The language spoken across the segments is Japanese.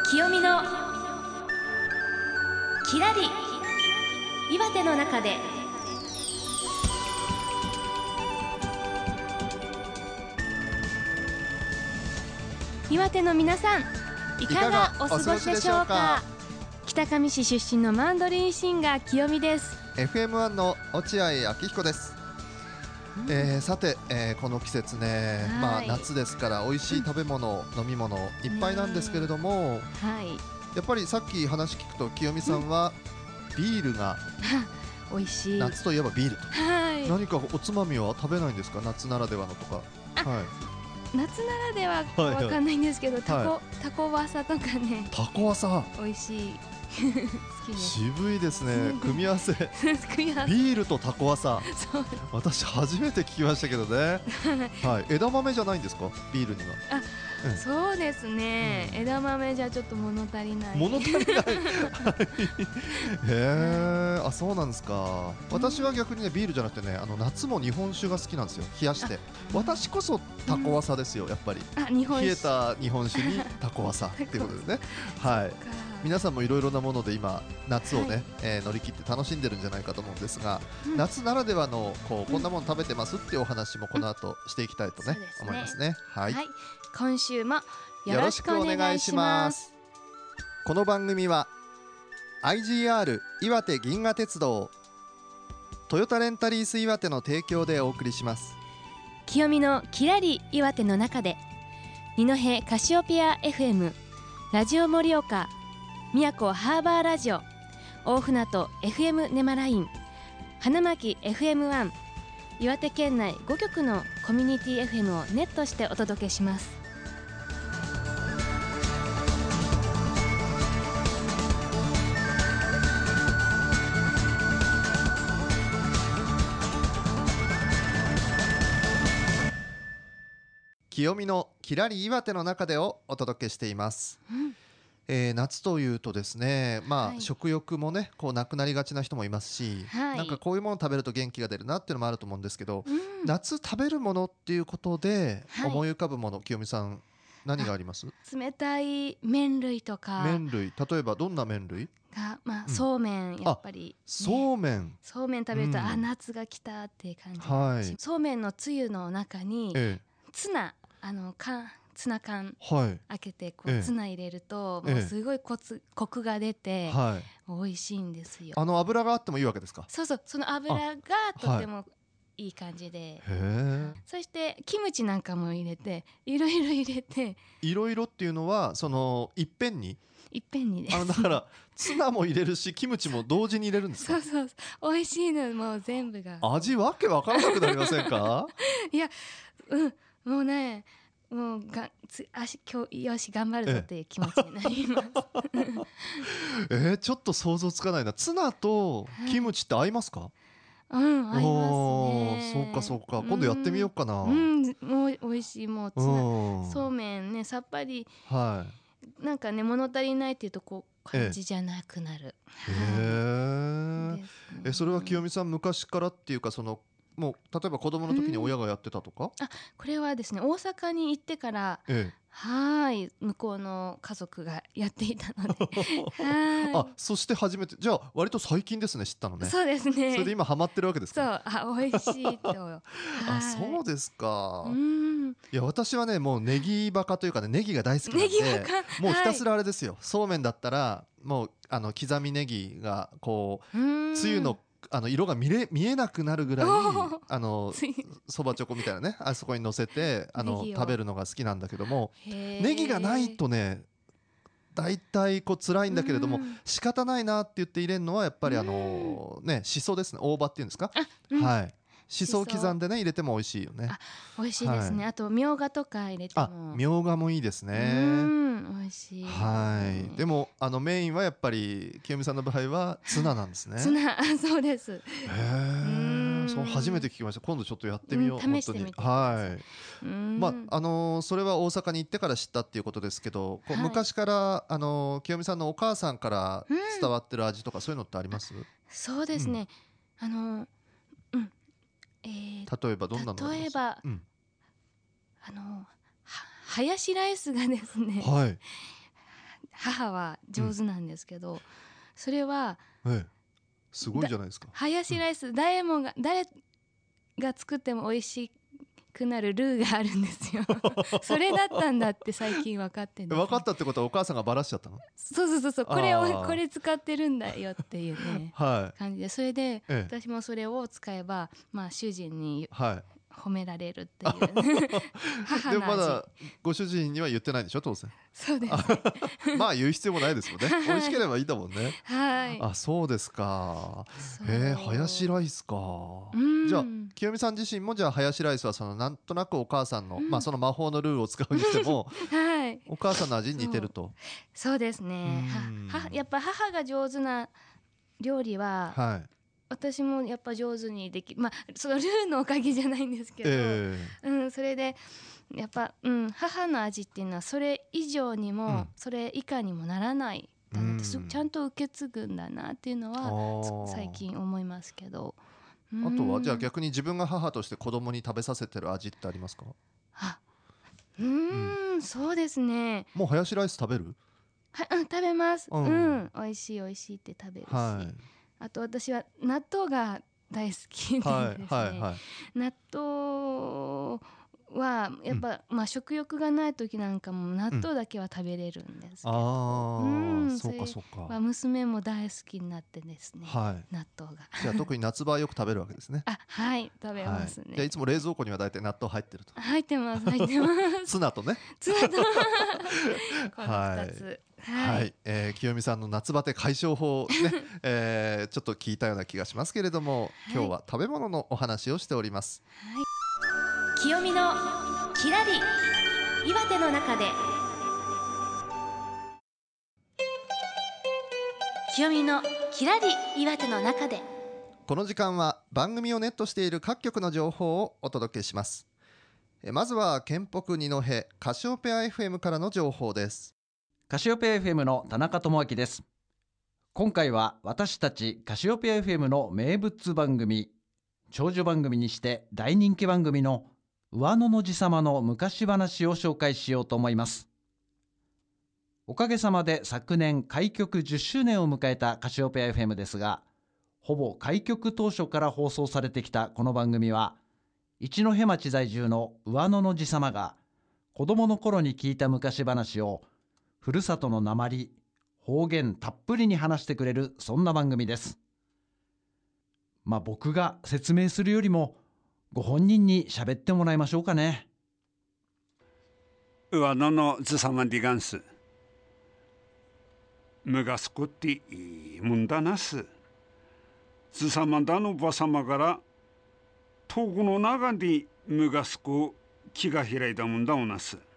清美のきらり岩手の中で。岩手の皆さん、いかがお過ごしでしょうか。北上市出身のマンドリンシンガー清美です。 FM1 の落合明彦です。さて、この季節ね、夏ですから美味しい食べ物、飲み物いっぱいなんですけれども、やっぱりさっき話聞くと清美さんはビールが美味しい。 夏といえばビールと、何かおつまみは食べないんですか、夏ならではのとか。 夏ならではわかんないんですけど、タコワサとかね。 タコワサ美味しい好きです。 渋いですね、組み合わせビールとタコワサ私初めて聞きましたけどね枝豆じゃないんですか、ビールには。 そうですね、枝豆じゃちょっと物足りない。 物足りないあ、そうなんですか。私は逆にね、ビールじゃなくてね、夏も日本酒が好きなんですよ、冷やして。私こそタコワサですよ、やっぱり。冷えた日本酒にタコワサっていうことですね皆さんもいろいろなもので今夏をね、乗り切って楽しんでるんじゃないかと思うんですが、夏ならではのこんなもの食べてますっていうお話もこの後していきたいとね、思いますね。 今週もよろしくお願いします。 この番組は IGR 岩手銀河鉄道、トヨタレンタリース岩手の提供でお送りします。 清美のきらり岩手の中で、二戸カシオペア FM、 ラジオ盛岡、宮古ハーバーラジオ、大船渡 FM ネマライン、花巻 FM1、 岩手県内5局のコミュニティ FM をネットしてお届けします。 清美のきらり岩手の中でをお届けしています。夏というとですね、食欲もねなくなりがちな人もいますし、なんかこういうものを食べると元気が出るなっていうのもあると思うんですけど、夏食べるものっていうことで思い浮かぶもの、清美さん何があります？ 冷たい麺類とか。 麺類、例えばどんな麺類が、そうめん、やっぱり、 そうめん食べると、夏が来たっていう感じ、そうめんのつゆの中に、ツナツナ缶開けてツナ入れると、もうすごいコクが出て、美味しいんですよ。 油があってもいいわけですか？ そう、その油がとてもいい感じで、そしてキムチなんかも入れて、いろいろ入れて。 いろいろっていうのはそのいっぺんにです。 だからツナも入れるしキムチも同時に入れるんですか？ そう、美味しいの、もう全部が。 味わけわからなくなりませんか？ いや、もうね、もう今日よし頑張るぞっていう気持ちになりますちょっと想像つかないな。ツナとキムチって合いますか？ 合いますね。 そうか、今度やってみようかな。 もう美味しい。もうそうめんね、さっぱり、なんかね、物足りないっていうと感じじゃなくなる。 それは清美さん昔からっていうか、もう例えば子供の時に親がやってたとか？ これはですね、大阪に行ってから、向こうの家族がやっていたのでそして初めて、じゃあ割と最近ですね、知ったのね。 そうですね。 それで今ハマってるわけですか？ 美味しいとそうですか。いや、私はね、もうネギバカというかね、ネギが大好きなんで、もうひたすらあれですよ。そうめんだったらもう刻みネギがつゆの色が見えなくなるぐらいそばチョコみたいなね、あそこに乗せて食べるのが好きなんだけども、ネギがないとね、だいたい辛いんだけれども、仕方ないなって言って入れるのはやっぱりしそですね。大葉っていうんですか？しそを刻んでね入れても美味しいよね。 美味しいですね。あとみょうがとか入れても。 みょうがもいいですね。 美味しい。 でもメインはやっぱり清美さんの場合はツナなんですね。 ツナ、そうです。 そう、初めて聞きました。今度ちょっとやってみよう。 試してみてください。 それは大阪に行ってから知ったっていうことですけど、昔から清美さんのお母さんから伝わってる味とかそういうのってあります？ そうですね。 例えばどんなの？ 例えばハヤシライスがですね、 母は上手なんですけど、それは、 すごいじゃないですか。 ハヤシライス、誰が作っても美味しくなるルーがあるんですよそれだったんだって最近分かってんです、ね、 分かったってことはお母さんがバラしちゃったの？ そうこれ使ってるんだよっていうね、感じで、それで、私もそれを使えば、主人に褒められるっていう、母の味。 でもまだご主人には言ってないでしょ、当然。 そうです、 ね言う必要もないですもんね美味しければいいんだもんね。 あ、 そうですか。ハヤシライスか。じゃあ清美さん自身も、じゃあハヤシライスはそのなんとなくお母さんの、その魔法のルーを使うにしても、お母さんの味に似てると。 そうですね。やっぱ母が上手な料理は、私もやっぱ上手にできる、そのルーのおかげじゃないんですけど、それでやっぱ、母の味っていうのはそれ以上にも、それ以下にもならないだなって、ちゃんと受け継ぐんだなっていうのは最近思いますけど。 あとはじゃあ逆に自分が母として子供に食べさせてる味ってありますか？ そうですね。 もうハヤシライス食べる？ 食べます。美味しいって食べるし、あと私は納豆が大好きでですね、納豆はやっぱ、食欲がない時なんかも納豆だけは食べれるんですけど、そうか。娘も大好きになってですね、納豆が。 じゃあ特に夏場はよく食べるわけですね。 食べますね。 じゃあいつも冷蔵庫には大体納豆入ってると。 入ってますツナとね。 ツナとこの2つ。 清美さんの夏バテ解消法ね、ちょっと聞いたような気がしますけれども、今日は食べ物のお話をしております。 清美のきらり岩手の中で。清美のきらり岩手の中で。 この時間は番組をネットしている各局の情報をお届けします。まずは県北二戸カシオペア FM からの情報です。 カシオペア FM の田中智明です。今回は私たちカシオペア FM の名物番組、長寿番組にして大人気番組の上野のじさまの昔話を紹介しようと思います。おかげさまで昨年開局10周年を迎えたカシオペア FM ですが、ほぼ開局当初から放送されてきたこの番組は、一戸町在住の上野のじさまが子供の頃に聞いた昔話をふるさとの訛り、方言たっぷりに話してくれる、そんな番組です。僕が説明するよりもご本人に喋ってもらいましょうかね。 上野のじさまでがんす。むがすこっていいもんだなす。じさまだのばさまから遠くの中でむがすこ気が開いたもんだおなす。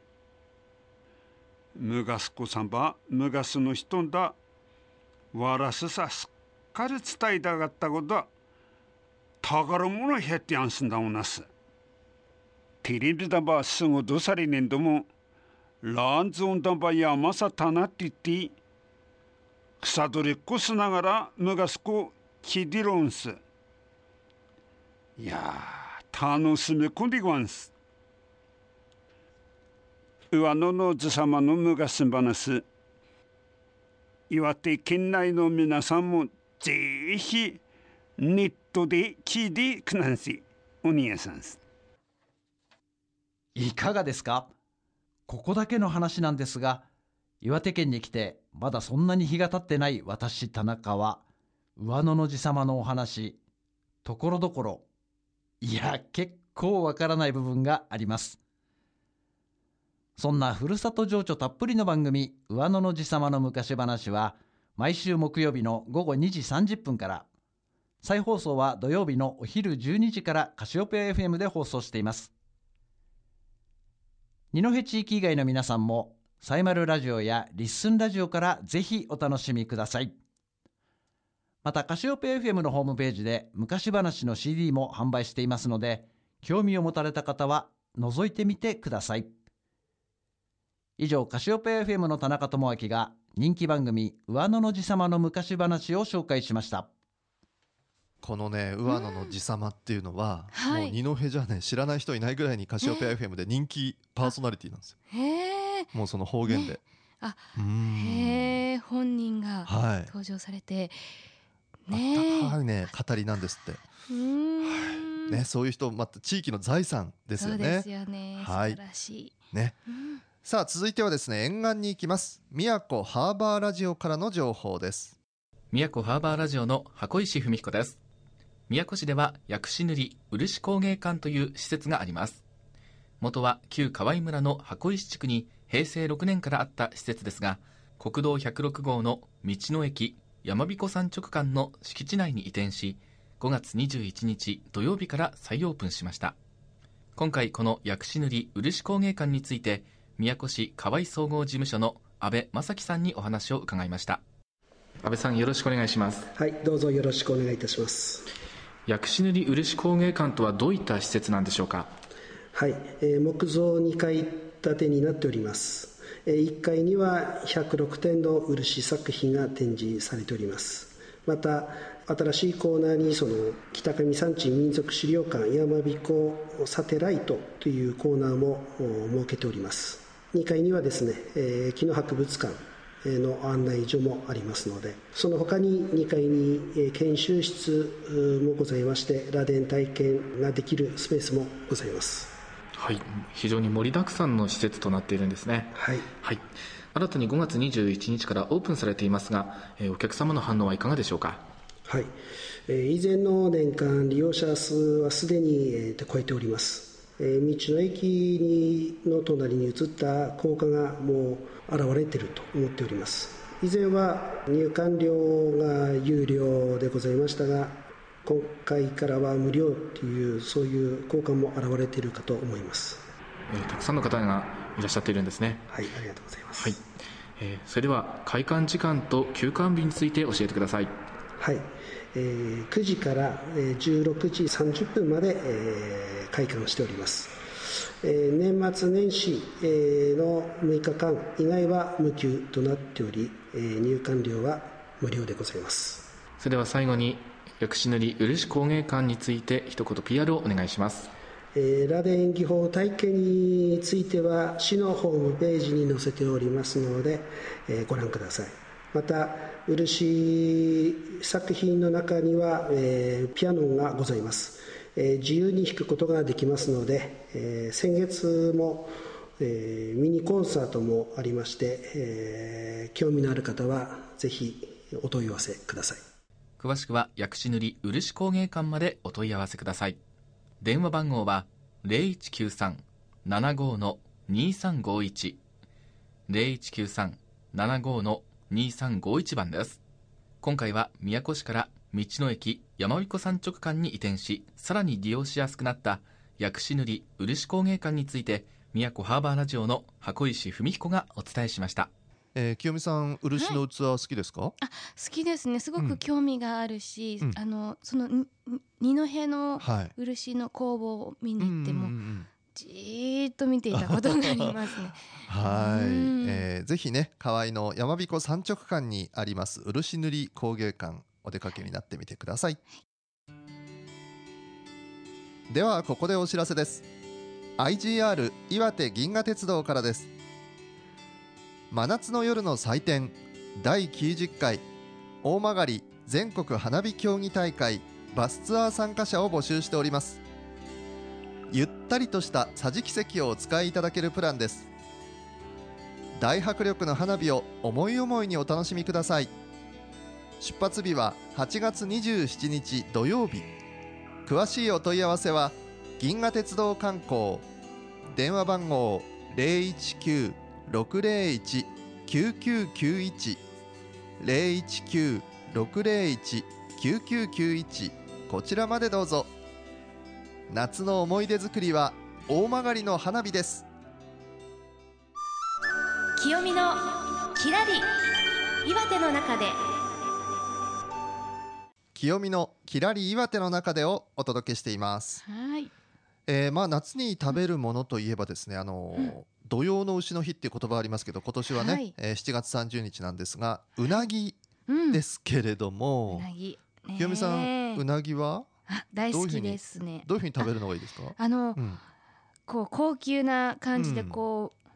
むがすこさんばむがすの人だわらすさすっかり伝えたかったことは宝物減ってやんすんだおなす。テレビだばすぐどさりねんどもランズオンだば山さたなって言って草取りっこすながらむがすこきりろんす。いや楽しみこでごわんす。上野のじさまのむがすん話、岩手県内の皆さんもぜひネットで聞いてくなんせおにやさんす。 いかがですか？ここだけの話なんですが、岩手県に来てまだそんなに日が経ってない私田中は、上野のじさまのお話、ところどころ、いや結構わからない部分があります。そんなふるさと情緒たっぷりの番組、上野のじさまの昔話は、毎週木曜日の午後2時30分から、再放送は土曜日のお昼12時からカシオペア FM で放送しています。二戸地域以外の皆さんも、サイマルラジオやリッスンラジオからぜひお楽しみください。またカシオペア FM のホームページで昔話の CD も販売していますので、興味を持たれた方は覗いてみてください。以上、カシオペア FM の田中智明が人気番組上野のじさまの昔話を紹介しました。 このね、上野のじさまっていうのは、もう二戸じゃね知らない人いないぐらいにカシオペア FM で人気パーソナリティなんですよ。もうその方言で、 本人が登場されて、 あったかいね語りなんですって。ね、そういう人また地域の財産ですよね。 そうですよね、素晴らしい、 ね。さあ続いてはですね、沿岸に行きます。宮古ハーバーラジオからの情報です。 宮古ハーバーラジオの箱石文彦です。宮古市では薬師塗り漆工芸館という施設があります。元は旧河合村の箱石地区に平成6年からあった施設ですが、国道106号の道の駅山彦山直間の敷地内に移転し、5月21日土曜日から再オープンしました。今回この薬師塗り漆工芸館について、宮古市河合総合事務所の安倍正樹さんにお話を伺いました。安倍さん、よろしくお願いします。 はい、どうぞよろしくお願いいたします。 薬師塗り漆工芸館とはどういった施設なんでしょうか。 はい、木造2階建てになっております。1階には106点の漆作品が展示されております。また新しいコーナーに北上山地民族資料館山彦サテライトというコーナーも設けております。2階にはですね、木の博物館の案内所もありますので、その他に2階に研修室もございまして、螺鈿体験ができるスペースもございます。 はい、非常に盛りだくさんの施設となっているんですね。 はい、 はい、新たに5月21日からオープンされていますが、お客様の反応はいかがでしょうか。 はい、以前の年間利用者数はすでに超えております。道の駅の隣に移った効果がもう現れていると思っております。以前は入館料が有料でございましたが、今回からは無料というそういう効果も現れているかと思います。 たくさんの方がいらっしゃっているんですね。 はい、ありがとうございます。 はい、それでは開館時間と休館日について教えてください。 はい、9時から16時30分まで開館しております。年末年始の6日間以外は無給となっており、入館料は無料でございます。 それでは最後に薬師塗り漆工芸館について一言 PR をお願いします。 螺鈿技法体験については市のホームページに載せておりますので、ご覧ください。また漆作品の中には、ピアノがございます。自由に弾くことができますので、先月も、ミニコンサートもありまして、興味のある方はぜひお問い合わせください。 詳しくは薬師塗り漆工芸館までお問い合わせください。電話番号は 0193-75-2351 0193-75-2351 番です。今回は宮古市から道の駅山彦山直間に移転し、さらに利用しやすくなった薬師塗り漆工芸館について、宮古ハーバーラジオの箱石文彦がお伝えしました。 清美さん、漆の器好きですか？ 好きですね。すごく興味があるし、その二戸の漆の工房を見に行っても、じーっと見ていたことがありますね。 はい、ぜひね、河合の山彦山直間にあります漆塗り工芸館、お出かけになってみてください。ではここでお知らせです。 IGR 岩手銀河鉄道からです。真夏の夜の祭典第90回大曲全国花火競技大会バスツアー参加者を募集しております。ゆったりとした桟敷席をお使いいただけるプランです。大迫力の花火を思い思いにお楽しみください。出発日は8月27日土曜日。詳しいお問い合わせは銀河鉄道観光電話番号 019-601-9991 019-601-9991 こちらまでどうぞ。夏の思い出作りは大曲の花火です。 清見のきらり岩手の中で、 清見のきらり岩手の中でをお届けしています。 はい、 夏に食べるものといえばですね、土用の丑の日っていう言葉ありますけど、今年はね、はい、7月30日なんですが、うなぎですけれども、 うなぎ、 清美さん、うなぎは大好きですね。 どういうふうに食べるのがいいですか？ こう高級な感じで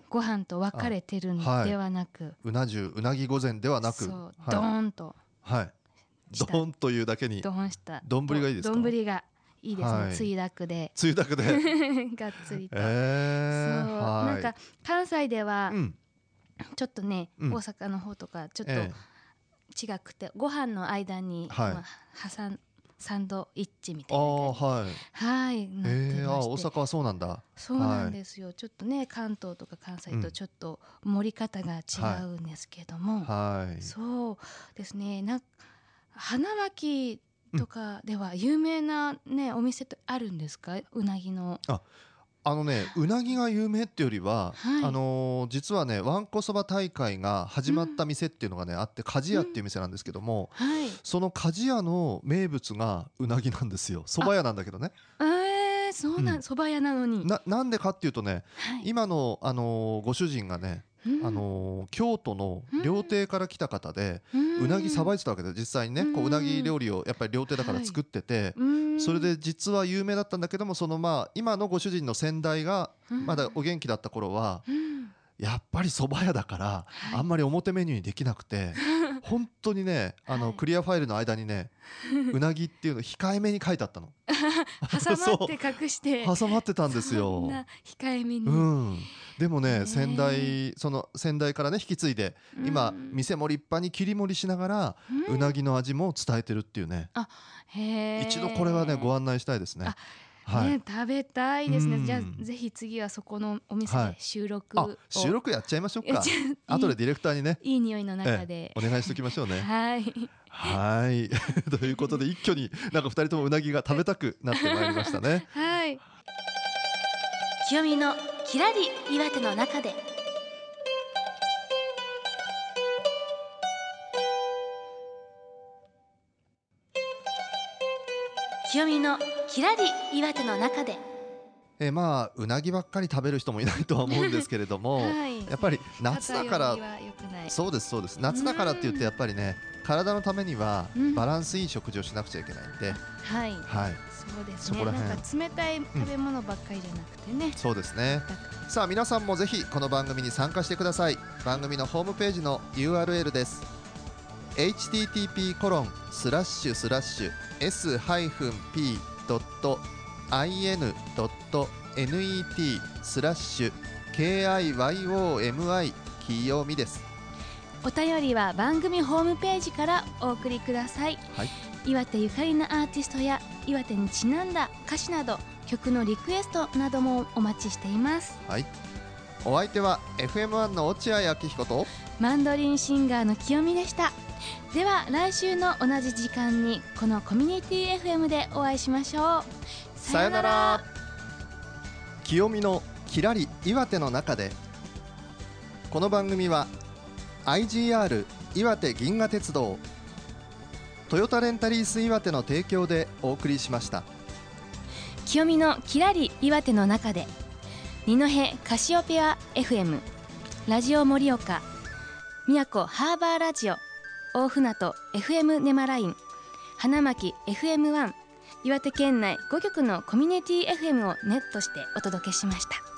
ご飯と分かれてるんではなく、 うな重うなぎ御膳ではなく、 そうドーンと、 ドーンというだけにドーンした丼がいいですか？ 丼がいいですね、つゆだくでつゆだくでがっつりと、 そうなんか関西ではちょっとね、 大阪の方とかちょっと違くて、ご飯の間に、サンドイッチみたいな感じで、なってまして、 大阪はそうなんだ。 そうなんですよ、ちょっとね関東とか関西とちょっと盛り方が違うんですけども、そうですね、花巻とかでは有名なね、お店ってあるんですか？うなぎの。 うなぎが有名っていうよりは、実はね、わんこそば大会が始まった店っていうのがね、あって、鍛冶屋っていう店なんですけども、その鍛冶屋の名物がうなぎなんですよ。蕎麦屋なんだけどね。 そうなん、蕎麦屋なのに。 なんでかっていうとね、今の、ご主人がね、京都の料亭から来た方で、うなぎさばいてたわけで、実際にね、うなぎ料理をやっぱり料亭だから作ってて、それで実は有名だったんだけども、今のご主人の先代がまだお元気だった頃は、やっぱり蕎麦屋だからあんまり表メニューにできなくて、本当にね、クリアファイルの間にね、うなぎっていうの控えめに書いてあったの。 挟まって隠して挟まってたんですよ。 そんな控えめに、 でもね、先代からね引き継いで、今店も立派に切り盛りしながら、うなぎの味も伝えてるっていうね。一度これはねご案内したいですね。 食べたいですね。じゃあぜひ次はそこのお店で収録を、 収録やっちゃいましょうか。後でディレクターにね、 いい匂いの中で、 お願いしておきましょうね。ということで、一挙になんか2人ともうなぎが食べたくなってまいりましたね。 清美のきらり岩手の中で。清美のきらり岩手の中で。 うなぎばっかり食べる人もいないとは思うんですけれども、やっぱり夏だから、そうですそうです、夏だからって言ってやっぱりね、体のためにはバランスいい食事をしなくちゃいけないんで、 そうですね、なんか冷たい食べ物ばっかりじゃなくてね、 そうですね。さあ皆さんもぜひこの番組に参加してください。番組のホームページの URL です。http://s-hin.p.net/KIYOMI 清美です。 お便りは番組ホームページからお送りください。岩手ゆかりのアーティストや岩手にちなんだ歌詞など、曲のリクエストなどもお待ちしています。 お相手は FM1 の落合明彦とマンドリンシンガーの清美でした。では来週の同じ時間にこのコミュニティ FM でお会いしましょう。 さよなら。清美のきらり岩手の中で。この番組は IGR 岩手銀河鉄道、トヨタレンタリース岩手の提供でお送りしました。 清美のきらり岩手の中で、二戸カシオペア FM、 ラジオ盛岡、宮古ハーバーラジオ、大船渡 FM ネマライン、花巻 FM1、岩手県内5局のコミュニティ FM をネットしてお届けしました。